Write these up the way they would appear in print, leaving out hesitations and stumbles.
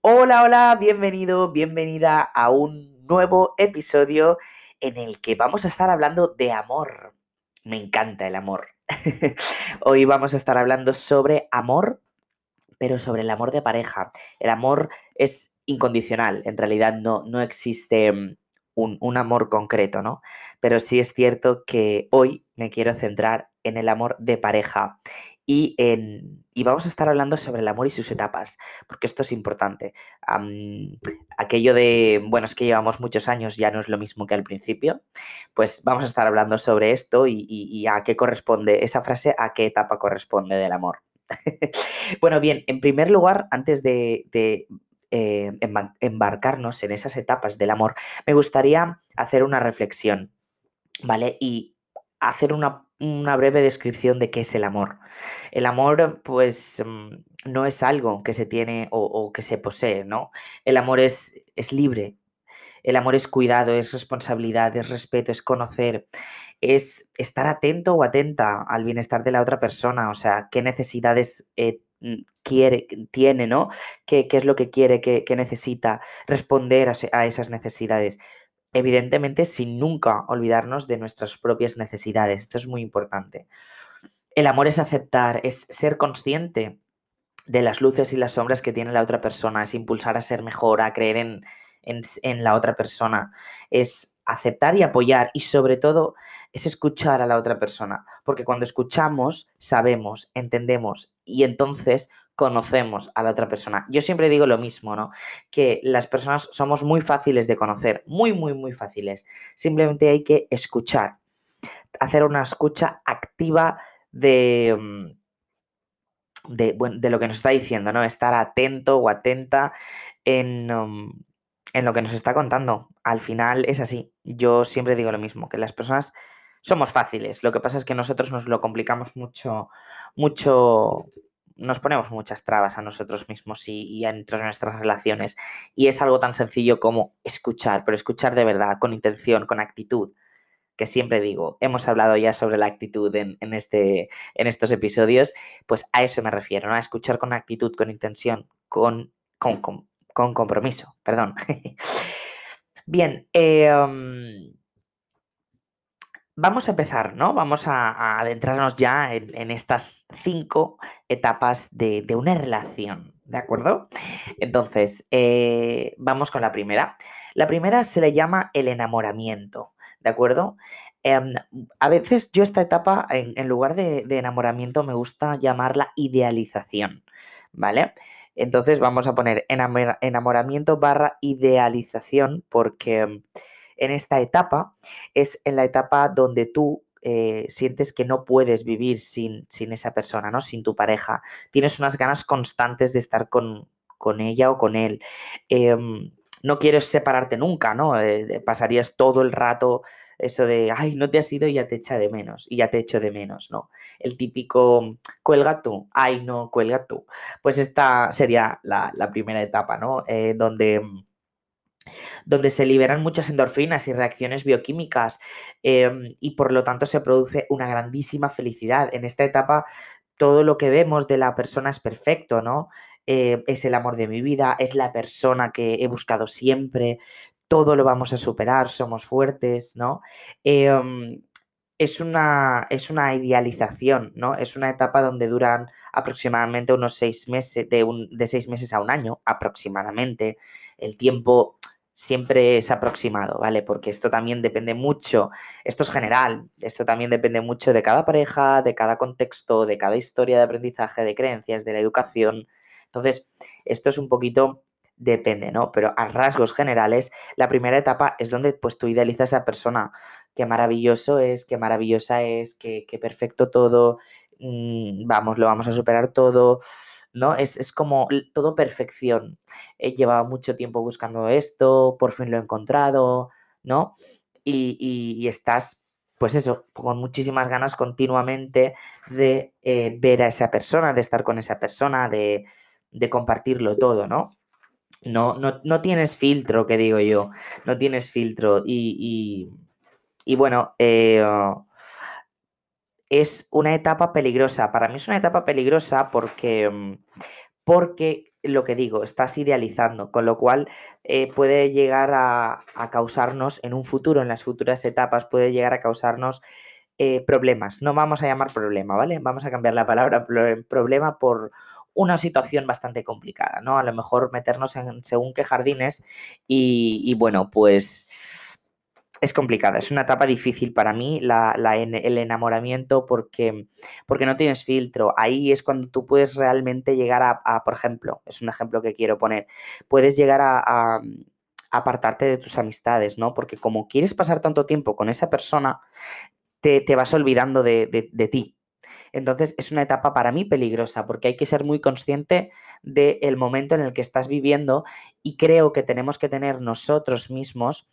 Hola, hola, bienvenido, bienvenida a un nuevo episodio en el que vamos a estar hablando de amor. Me encanta el amor. Hoy vamos a estar hablando sobre amor, pero sobre el amor de pareja. El amor es incondicional, en realidad no existe un amor concreto, ¿no? Pero sí es cierto que hoy me quiero centrar en el amor de pareja y vamos a estar hablando sobre el amor y sus etapas, porque esto es importante. Am, Aquello de, bueno, es que llevamos muchos años, ya no es lo mismo que al principio, pues vamos a estar hablando sobre esto y a qué corresponde esa frase, a qué etapa corresponde del amor. Bueno, bien, en primer lugar, antes de embarcarnos en esas etapas del amor, me gustaría hacer una reflexión, ¿vale? Y hacer una breve descripción de qué es el amor. El amor, pues, no es algo que se tiene o que se posee, ¿no? El amor es libre. El amor es cuidado, es responsabilidad, es respeto, es conocer, es estar atento o atenta al bienestar de la otra persona, o sea, qué necesidades tiene, ¿no? ¿Qué es lo que quiere, qué necesita, responder a esas necesidades. Evidentemente, sin nunca olvidarnos de nuestras propias necesidades. Esto es muy importante. El amor es aceptar, es ser consciente de las luces y las sombras que tiene la otra persona, es impulsar a ser mejor, a creer en la otra persona, es aceptar y apoyar y sobre todo es escuchar a la otra persona, porque cuando escuchamos sabemos, entendemos y entonces conocemos a la otra persona. Yo siempre digo lo mismo, ¿no? Que las personas somos muy fáciles de conocer, muy fáciles. Simplemente hay que escuchar, hacer una escucha activa de bueno, de lo que nos está diciendo, ¿no? Estar atento o atenta en lo que nos está contando. Al final es así. Yo siempre digo lo mismo, que las personas somos fáciles. Lo que pasa es que nosotros nos lo complicamos mucho, nos ponemos muchas trabas a nosotros mismos y a nuestras relaciones. Y es algo tan sencillo como escuchar, pero escuchar de verdad, con intención, con actitud que siempre digo, hemos hablado ya sobre la actitud en estos episodios, pues a eso me refiero, ¿no? A escuchar con actitud, con intención, con compromiso, perdón. Bien, vamos a empezar, ¿no? Vamos a adentrarnos ya en estas 5 etapas de una relación, ¿de acuerdo? Entonces, vamos con la primera. La primera se le llama el enamoramiento, ¿de acuerdo? Em, a veces yo esta etapa, en lugar de enamoramiento, me gusta llamarla idealización, ¿vale? Entonces vamos a poner enamoramiento barra idealización porque en esta etapa es en la etapa donde tú sientes que no puedes vivir sin esa persona, ¿no? Sin tu pareja. Tienes unas ganas constantes de estar con ella o con él. No quieres separarte nunca, ¿no? Pasarías todo el rato eso de, ay, no te has ido y ya te echa de menos, y ya te echo de menos, ¿no? El típico, cuelga tú, ay, no, cuelga tú. Pues esta sería la primera etapa, ¿no? Donde se liberan muchas endorfinas y reacciones bioquímicas y por lo tanto se produce una grandísima felicidad. En esta etapa todo lo que vemos de la persona es perfecto, ¿no? Es el amor de mi vida, es la persona que he buscado siempre, todo lo vamos a superar, somos fuertes, ¿no? Es una idealización, ¿no? Es una etapa donde duran aproximadamente unos 6 meses, de 6 meses a un año, aproximadamente. El tiempo siempre es aproximado, ¿vale? Porque esto también depende mucho, esto es general, esto también depende mucho de cada pareja, de cada contexto, de cada historia de aprendizaje, de creencias, de la educación. Entonces, esto es un poquito, depende, ¿no? Pero a rasgos generales, la primera etapa es donde pues tú idealizas a esa persona, qué maravilloso es, qué maravillosa es, qué perfecto todo, vamos, lo vamos a superar todo, ¿no? Es como todo perfección. Llevaba mucho tiempo buscando esto, por fin lo he encontrado, ¿no? Y estás, pues eso, con muchísimas ganas continuamente de ver a esa persona, de estar con esa persona, de compartirlo todo, ¿no? No tienes filtro, que digo yo, no tienes filtro y bueno, es una etapa peligrosa. Para mí es una etapa peligrosa porque lo que digo, estás idealizando, con lo cual puede llegar a causarnos en un futuro, en las futuras etapas, puede llegar a causarnos problemas. No vamos a llamar problema, ¿vale? Vamos a cambiar la palabra problema por una situación bastante complicada, ¿no? A lo mejor meternos en según qué jardines y bueno, pues es complicada, es una etapa difícil para mí el enamoramiento porque no tienes filtro. Ahí es cuando tú puedes realmente llegar por ejemplo, es un ejemplo que quiero poner, puedes llegar a apartarte de tus amistades, ¿no? Porque como quieres pasar tanto tiempo con esa persona, te vas olvidando de ti. Entonces es una etapa para mí peligrosa porque hay que ser muy consciente del momento en el que estás viviendo y creo que tenemos que tener nosotros mismos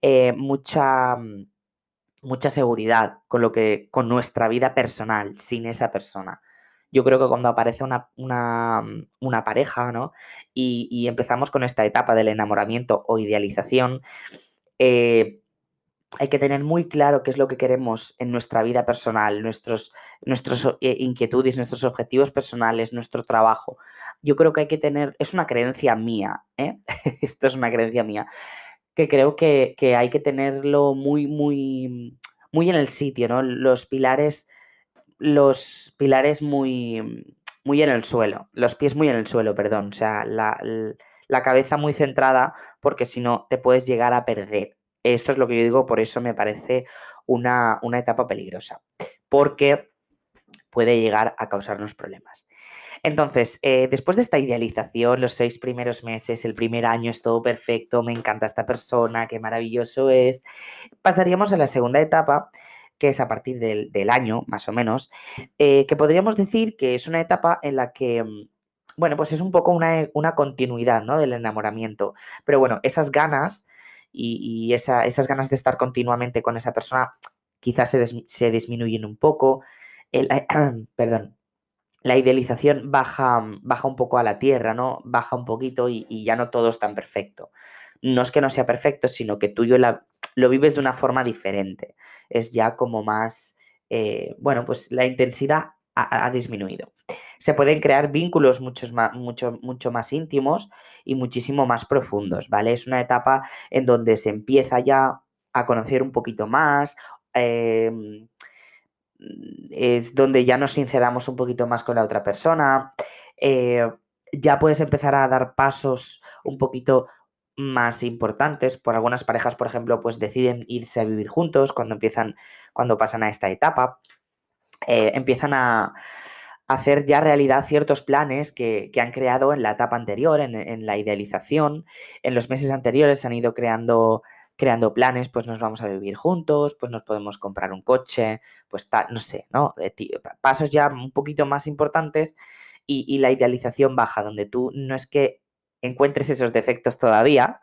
mucha seguridad con nuestra vida personal sin esa persona. Yo creo que cuando aparece una pareja, ¿no? Y empezamos con esta etapa del enamoramiento o idealización, eh, hay que tener muy claro qué es lo que queremos en nuestra vida personal, nuestros inquietudes, nuestros objetivos personales, nuestro trabajo. Yo creo que hay que tener, es una creencia mía, ¿eh? Esto es una creencia mía, que creo que hay que tenerlo muy en el sitio, ¿no? Los pilares muy en el suelo, los pies muy en el suelo, perdón, o sea, la cabeza muy centrada, porque si no te puedes llegar a perder. Esto es lo que yo digo, por eso me parece una etapa peligrosa, porque puede llegar a causarnos problemas. Entonces, después de esta idealización, los 6 primeros meses, el primer año es todo perfecto, me encanta esta persona, qué maravilloso es, pasaríamos a la segunda etapa, que es a partir del año, más o menos, que podríamos decir que es una etapa en la que, bueno, pues es un poco una continuidad, ¿no? Del enamoramiento. Pero bueno, esas ganas esas ganas de estar continuamente con esa persona quizás se disminuyen un poco. El, perdón, la idealización baja un poco a la tierra, ¿no? Baja un poquito y ya no todo es tan perfecto. No es que no sea perfecto, sino que tú y yo lo vives de una forma diferente. Es ya como más, bueno, pues la intensidad ha disminuido. Se pueden crear vínculos mucho más íntimos y muchísimo más profundos, ¿vale? Es una etapa en donde se empieza ya a conocer un poquito más, es donde ya nos sinceramos un poquito más con la otra persona, eh, ya puedes empezar a dar pasos un poquito más importantes. Por algunas parejas, por ejemplo, pues deciden irse a vivir juntos cuando pasan a esta etapa. Empiezan a hacer ya realidad ciertos planes que han creado en la etapa anterior, en la idealización. En los meses anteriores se han ido creando planes, pues nos vamos a vivir juntos, pues nos podemos comprar un coche, pues tal, no sé, ¿no? Pasos ya un poquito más importantes y la idealización baja, donde tú no es que encuentres esos defectos todavía,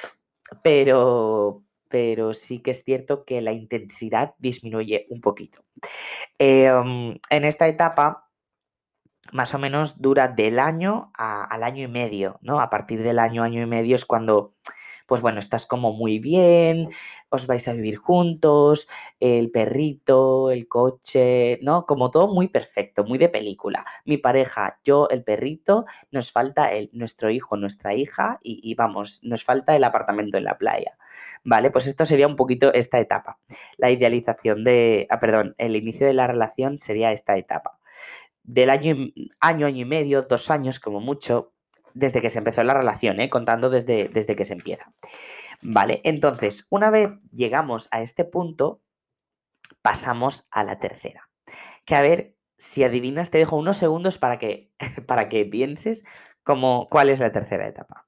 pero sí que es cierto que la intensidad disminuye un poquito. En esta etapa, más o menos dura del año al año y medio, ¿no? A partir del año y medio es cuando, pues bueno, estás como muy bien, os vais a vivir juntos, el perrito, el coche, ¿no? Como todo muy perfecto, muy de película. Mi pareja, yo, el perrito, nos falta nuestro hijo, nuestra hija y vamos, nos falta el apartamento en la playa, ¿vale? Pues esto sería un poquito esta etapa. La idealización perdón, el inicio de la relación sería esta etapa del año y medio, 2 años como mucho, desde que se empezó la relación, contando desde que se empieza. Vale, entonces, una vez llegamos a este punto, pasamos a la tercera. Que a ver, si adivinas, te dejo unos segundos para que pienses cuál es la tercera etapa.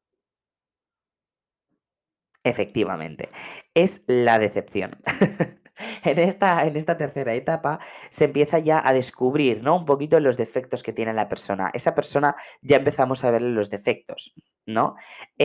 Efectivamente, es la decepción. En esta tercera etapa se empieza ya a descubrir, ¿no? Un poquito los defectos que tiene la persona. Esa persona ya empezamos a verle los defectos, ¿no?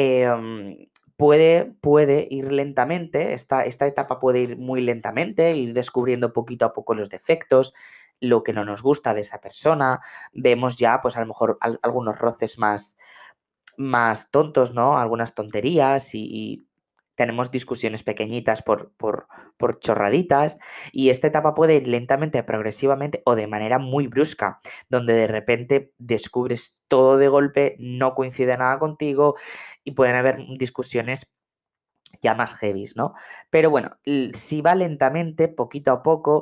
Puede ir lentamente, esta etapa puede ir muy lentamente, ir descubriendo poquito a poco los defectos, lo que no nos gusta de esa persona. Vemos ya, pues a lo mejor algunos roces más tontos, ¿no? Algunas tonterías y tenemos discusiones pequeñitas por chorraditas y esta etapa puede ir lentamente, progresivamente o de manera muy brusca, donde de repente descubres todo de golpe, no coincide nada contigo y pueden haber discusiones ya más heavies, ¿no? Pero bueno, si va lentamente, poquito a poco,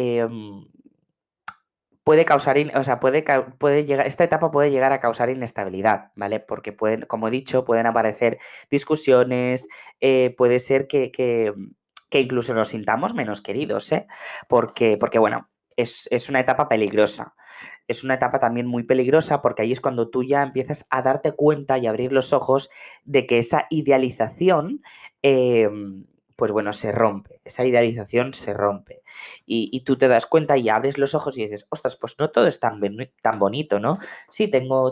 puede causar, o sea, puede llegar, esta etapa puede llegar a causar inestabilidad, ¿vale? Porque pueden, como he dicho, pueden aparecer discusiones, puede ser que incluso nos sintamos menos queridos, ¿eh? Porque bueno, es una etapa peligrosa. Es una etapa también muy peligrosa porque ahí es cuando tú ya empiezas a darte cuenta y abrir los ojos de que esa idealización, eh, pues bueno, se rompe. Esa idealización se rompe y tú te das cuenta y abres los ojos y dices, ostras, pues no todo es tan bonito, ¿no? Sí,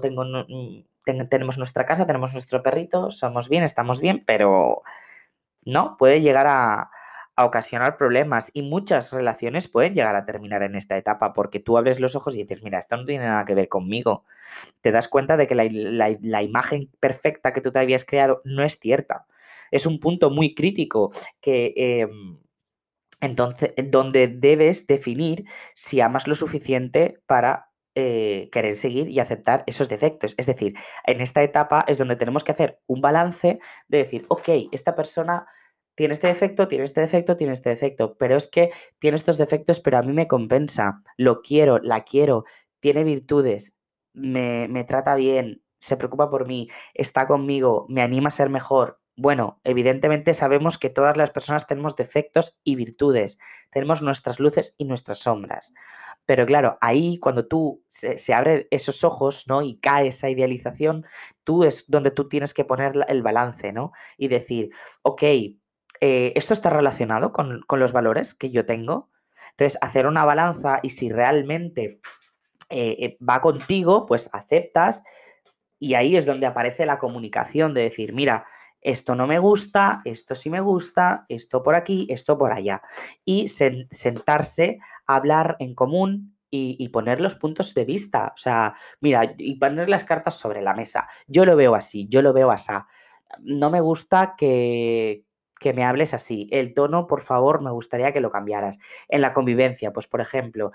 tenemos nuestra casa, tenemos nuestro perrito, somos bien, estamos bien, pero no, puede llegar a ocasionar problemas y muchas relaciones pueden llegar a terminar en esta etapa porque tú abres los ojos y dices, mira, esto no tiene nada que ver conmigo. Te das cuenta de que la imagen perfecta que tú te habías creado no es cierta. Es un punto muy crítico que... entonces, donde debes definir si amas lo suficiente para querer seguir y aceptar esos defectos. Es decir, en esta etapa es donde tenemos que hacer un balance de decir, ok, esta persona tiene este defecto, tiene este defecto, tiene este defecto, pero es que tiene estos defectos, pero a mí me compensa, lo quiero, la quiero, tiene virtudes, me trata bien, se preocupa por mí, está conmigo, me anima a ser mejor. Bueno, evidentemente sabemos que todas las personas tenemos defectos y virtudes, tenemos nuestras luces y nuestras sombras. Pero claro, ahí cuando se abren esos ojos, ¿no? Y cae esa idealización, tú es donde tú tienes que poner el balance, ¿no? Y decir, ok, ¿esto está relacionado con los valores que yo tengo? Entonces, hacer una balanza y si realmente va contigo, pues aceptas y ahí es donde aparece la comunicación de decir, mira, esto no me gusta, esto sí me gusta, esto por aquí, esto por allá. Y sentarse a hablar en común y poner los puntos de vista. O sea, mira, y poner las cartas sobre la mesa. Yo lo veo así, yo lo veo así. No me gusta que me hables así. El tono, por favor, me gustaría que lo cambiaras. En la convivencia, pues por ejemplo,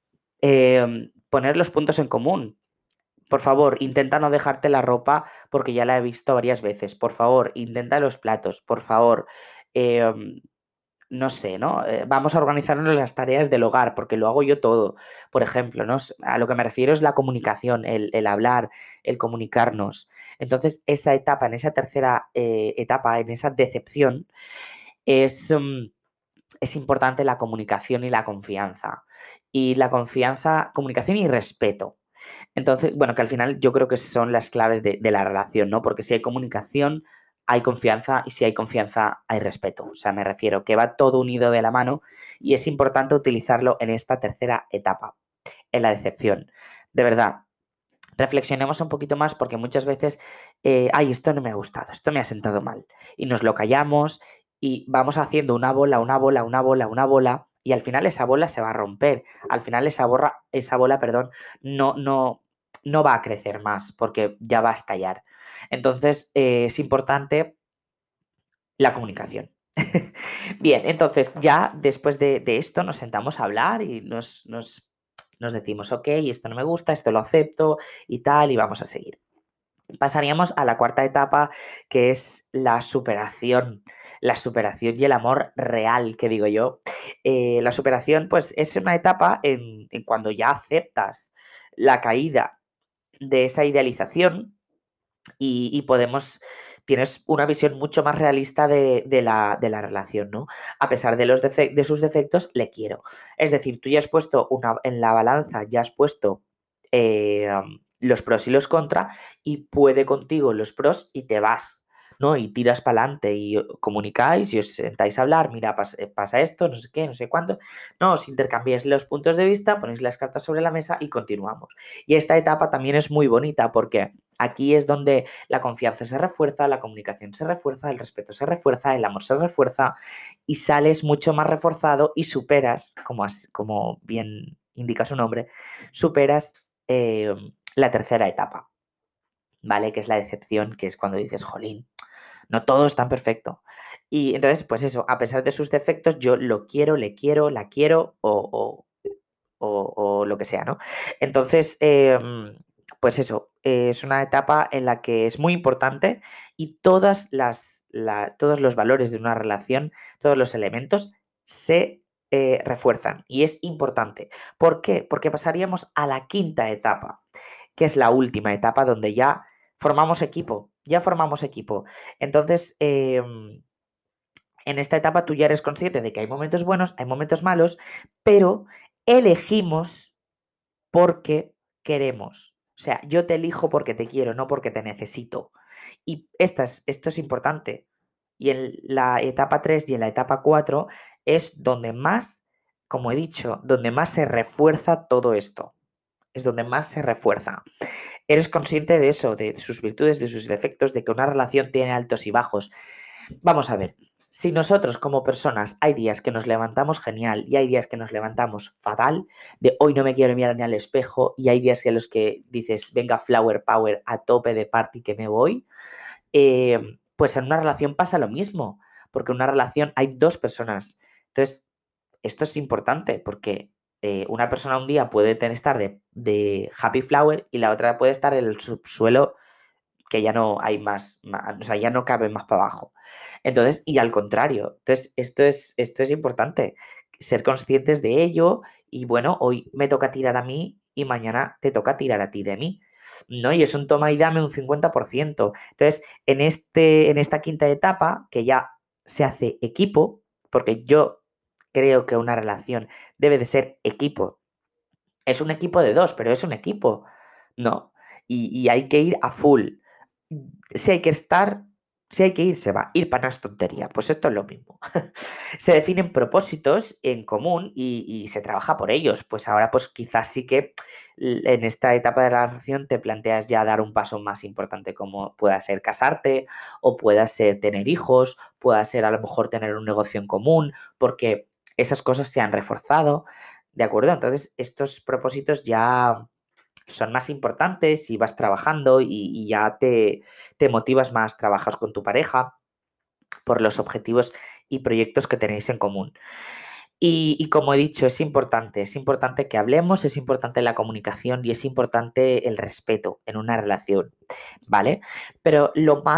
poner los puntos en común. Por favor, intenta no dejarte la ropa porque ya la he visto varias veces. Por favor, intenta los platos. Por favor, em, no sé, ¿no? Vamos a organizarnos las tareas del hogar porque lo hago yo todo. Por ejemplo, ¿no? A lo que me refiero es la comunicación, el hablar, el comunicarnos. Entonces, esa etapa, en esa tercera etapa, en esa decepción, es, es importante la comunicación y la confianza. Y la confianza, comunicación y respeto. Entonces, bueno, que al final yo creo que son las claves de la relación, ¿no? Porque si hay comunicación, hay confianza y si hay confianza, hay respeto. O sea, me refiero que va todo unido de la mano y es importante utilizarlo en esta tercera etapa, en la decepción. De verdad, reflexionemos un poquito más porque muchas veces, ay, esto no me ha gustado, esto me ha sentado mal. Y nos lo callamos y vamos haciendo una bola, una bola, una bola, una bola y al final esa bola se va a romper. Al final esa bola, perdón, no va a crecer más porque ya va a estallar. Entonces, es importante la comunicación. Bien, entonces ya después de esto nos sentamos a hablar y nos decimos, ok, esto no me gusta, esto lo acepto y tal, y vamos a seguir. Pasaríamos a la cuarta etapa, que es la superación y el amor real, que digo yo. La superación, pues, es una etapa en cuando ya aceptas la caída de esa idealización y tienes una visión mucho más realista de la relación, ¿no? A pesar de sus defectos, le quiero. Es decir, tú ya has puesto en la balanza, ya has puesto los pros y los contra y puede contigo los pros y te vas, ¿no? Y tiras para adelante y comunicáis y os sentáis a hablar, mira, pasa esto, no sé qué, no sé cuánto. No, os intercambiáis los puntos de vista, ponéis las cartas sobre la mesa y continuamos. Y esta etapa también es muy bonita porque aquí es donde la confianza se refuerza, la comunicación se refuerza, el respeto se refuerza, el amor se refuerza y sales mucho más reforzado y superas, como bien indica su nombre, superas la tercera etapa, ¿vale? Que es la decepción, que es cuando dices, jolín, no todo es tan perfecto. Y entonces, pues eso, a pesar de sus defectos, yo lo quiero, le quiero, la quiero o lo que sea, ¿no? Entonces, pues eso, es una etapa en la que es muy importante y todos los valores de una relación, todos los elementos se refuerzan y es importante. ¿Por qué? Porque pasaríamos a la quinta etapa, que es la última etapa donde ya formamos equipo. Entonces, en esta etapa tú ya eres consciente de que hay momentos buenos, hay momentos malos, pero elegimos porque queremos. O sea, yo te elijo porque te quiero, no porque te necesito. Y esto es importante. Y en la etapa 3 y en la etapa 4 es donde más, como he dicho, donde más se refuerza todo esto. Es donde más se refuerza. Eres consciente de eso, de sus virtudes, de sus defectos, de que una relación tiene altos y bajos. Vamos a ver, si nosotros como personas hay días que nos levantamos genial y hay días que nos levantamos fatal, de hoy no me quiero mirar ni al espejo y hay días en los que dices, venga, flower power a tope de party que me voy, pues en una relación pasa lo mismo, porque en una relación hay dos personas. Entonces, esto es importante porque una persona un día puede estar de happy flower y la otra puede estar en el subsuelo que ya no hay más, o sea, ya no cabe más para abajo. Entonces, y al contrario, entonces esto es importante, ser conscientes de ello y bueno, hoy me toca tirar a mí y mañana te toca tirar a ti de mí, ¿no? Y es un toma y dame un 50%. Entonces, en esta quinta etapa, que ya se hace equipo, porque yo creo que una relación debe de ser equipo. Es un equipo de dos, pero es un equipo, ¿no? Y hay que ir a full. Si hay que estar, si hay que ir, se va. Ir para no es tontería. Pues esto es lo mismo. Se definen propósitos en común y se trabaja por ellos. Pues ahora, pues quizás sí que en esta etapa de la relación te planteas ya dar un paso más importante, como pueda ser casarte, o pueda ser tener hijos, pueda ser a lo mejor tener un negocio en común, porque esas cosas se han reforzado. ¿De acuerdo? Entonces, estos propósitos ya son más importantes y vas trabajando y ya te motivas más, trabajas con tu pareja por los objetivos y proyectos que tenéis en común. Y como he dicho, es importante que hablemos, es importante la comunicación y es importante el respeto en una relación, ¿vale? Pero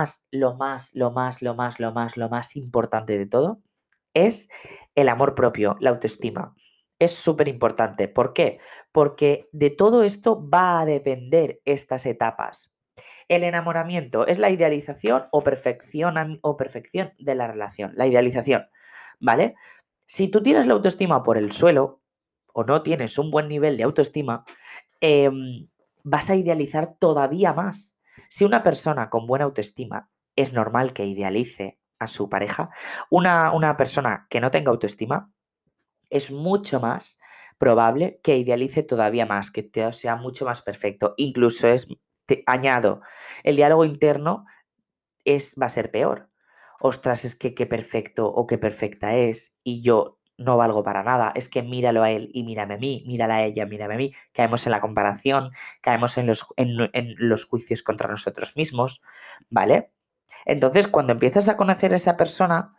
lo más importante de todo es el amor propio, la autoestima. Es súper importante. ¿Por qué? Porque de todo esto va a depender estas etapas. El enamoramiento es la idealización o perfección de la relación. La idealización, ¿vale? Si tú tienes la autoestima por el suelo o no tienes un buen nivel de autoestima, vas a idealizar todavía más. Si una persona con buena autoestima es normal que idealice a su pareja, una persona que no tenga autoestima es mucho más probable que idealice todavía más, que todo sea mucho más perfecto. Incluso añado, el diálogo interno va a ser peor. Ostras, es que qué perfecto o qué perfecta es y yo no valgo para nada. Es que míralo a él y mírame a mí, mírala a ella, mírame a mí. Caemos en la comparación, caemos en los juicios contra nosotros mismos, ¿vale? Entonces, cuando empiezas a conocer a esa persona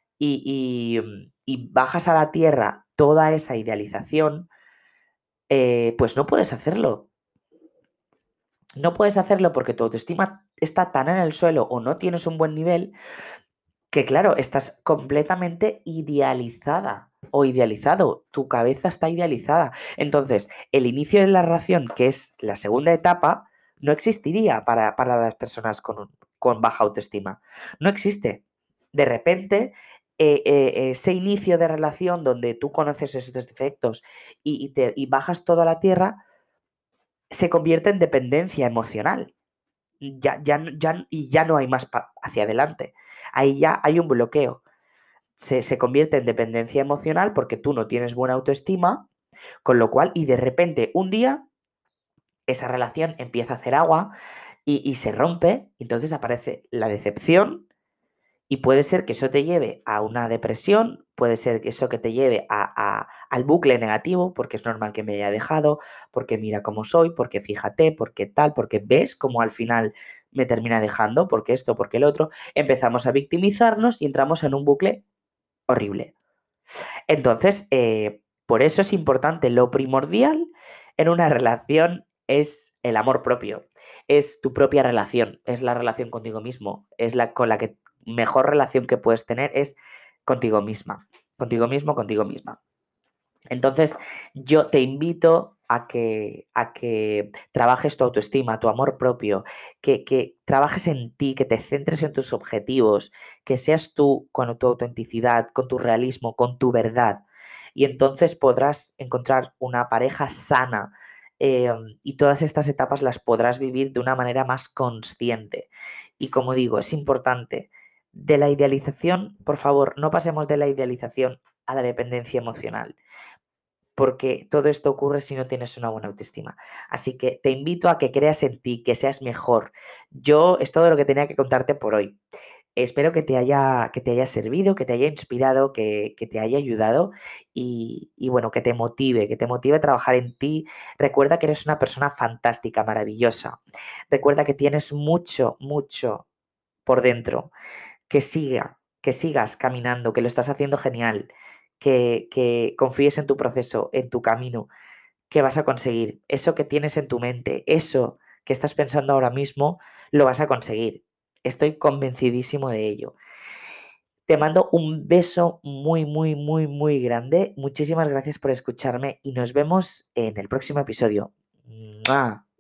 y bajas a la tierra toda esa idealización, pues no puedes hacerlo. No puedes hacerlo porque tu autoestima está tan en el suelo o no tienes un buen nivel que claro, estás completamente idealizada o idealizado, tu cabeza está idealizada. Entonces, el inicio de la relación, que es la segunda etapa, no existiría para las personas con baja autoestima. No existe. De repente, ese inicio de relación donde tú conoces esos defectos y bajas toda la tierra, se convierte en dependencia emocional y ya no hay más hacia adelante. Ahí ya hay un bloqueo. Se convierte en dependencia emocional porque tú no tienes buena autoestima, con lo cual, y de repente un día esa relación empieza a hacer agua y se rompe, entonces aparece la decepción y puede ser que eso te lleve a una depresión, puede ser que eso que te lleve al bucle negativo, porque es normal que me haya dejado, porque mira cómo soy, porque fíjate, porque tal, porque ves como al final me termina dejando, porque esto, porque el otro, empezamos a victimizarnos y entramos en un bucle horrible. Entonces, por eso es importante, lo primordial en una relación es el amor propio, es tu propia relación, es la relación contigo mismo, es la con la que mejor relación que puedes tener es contigo misma, contigo mismo, contigo misma. Entonces, yo te invito a que trabajes tu autoestima, tu amor propio, que trabajes en ti, que te centres en tus objetivos, que seas tú con tu autenticidad, con tu realismo, con tu verdad. Y entonces podrás encontrar una pareja sana, y todas estas etapas las podrás vivir de una manera más consciente. Y como digo, es importante, de la idealización, por favor, no pasemos de la idealización a la dependencia emocional, porque todo esto ocurre si no tienes una buena autoestima. Así que te invito a que creas en ti, que seas mejor. Yo es todo lo que tenía que contarte por hoy. Espero que te haya servido, que te haya inspirado, que te haya ayudado y bueno, que te motive a trabajar en ti. Recuerda que eres una persona fantástica, maravillosa. Recuerda que tienes mucho, mucho por dentro, que sigas caminando, que lo estás haciendo genial, que confíes en tu proceso, en tu camino, que vas a conseguir. Eso que tienes en tu mente, eso que estás pensando ahora mismo, lo vas a conseguir. Estoy convencidísimo de ello. Te mando un beso muy, muy, muy, muy grande. Muchísimas gracias por escucharme y nos vemos en el próximo episodio. ¡Mua!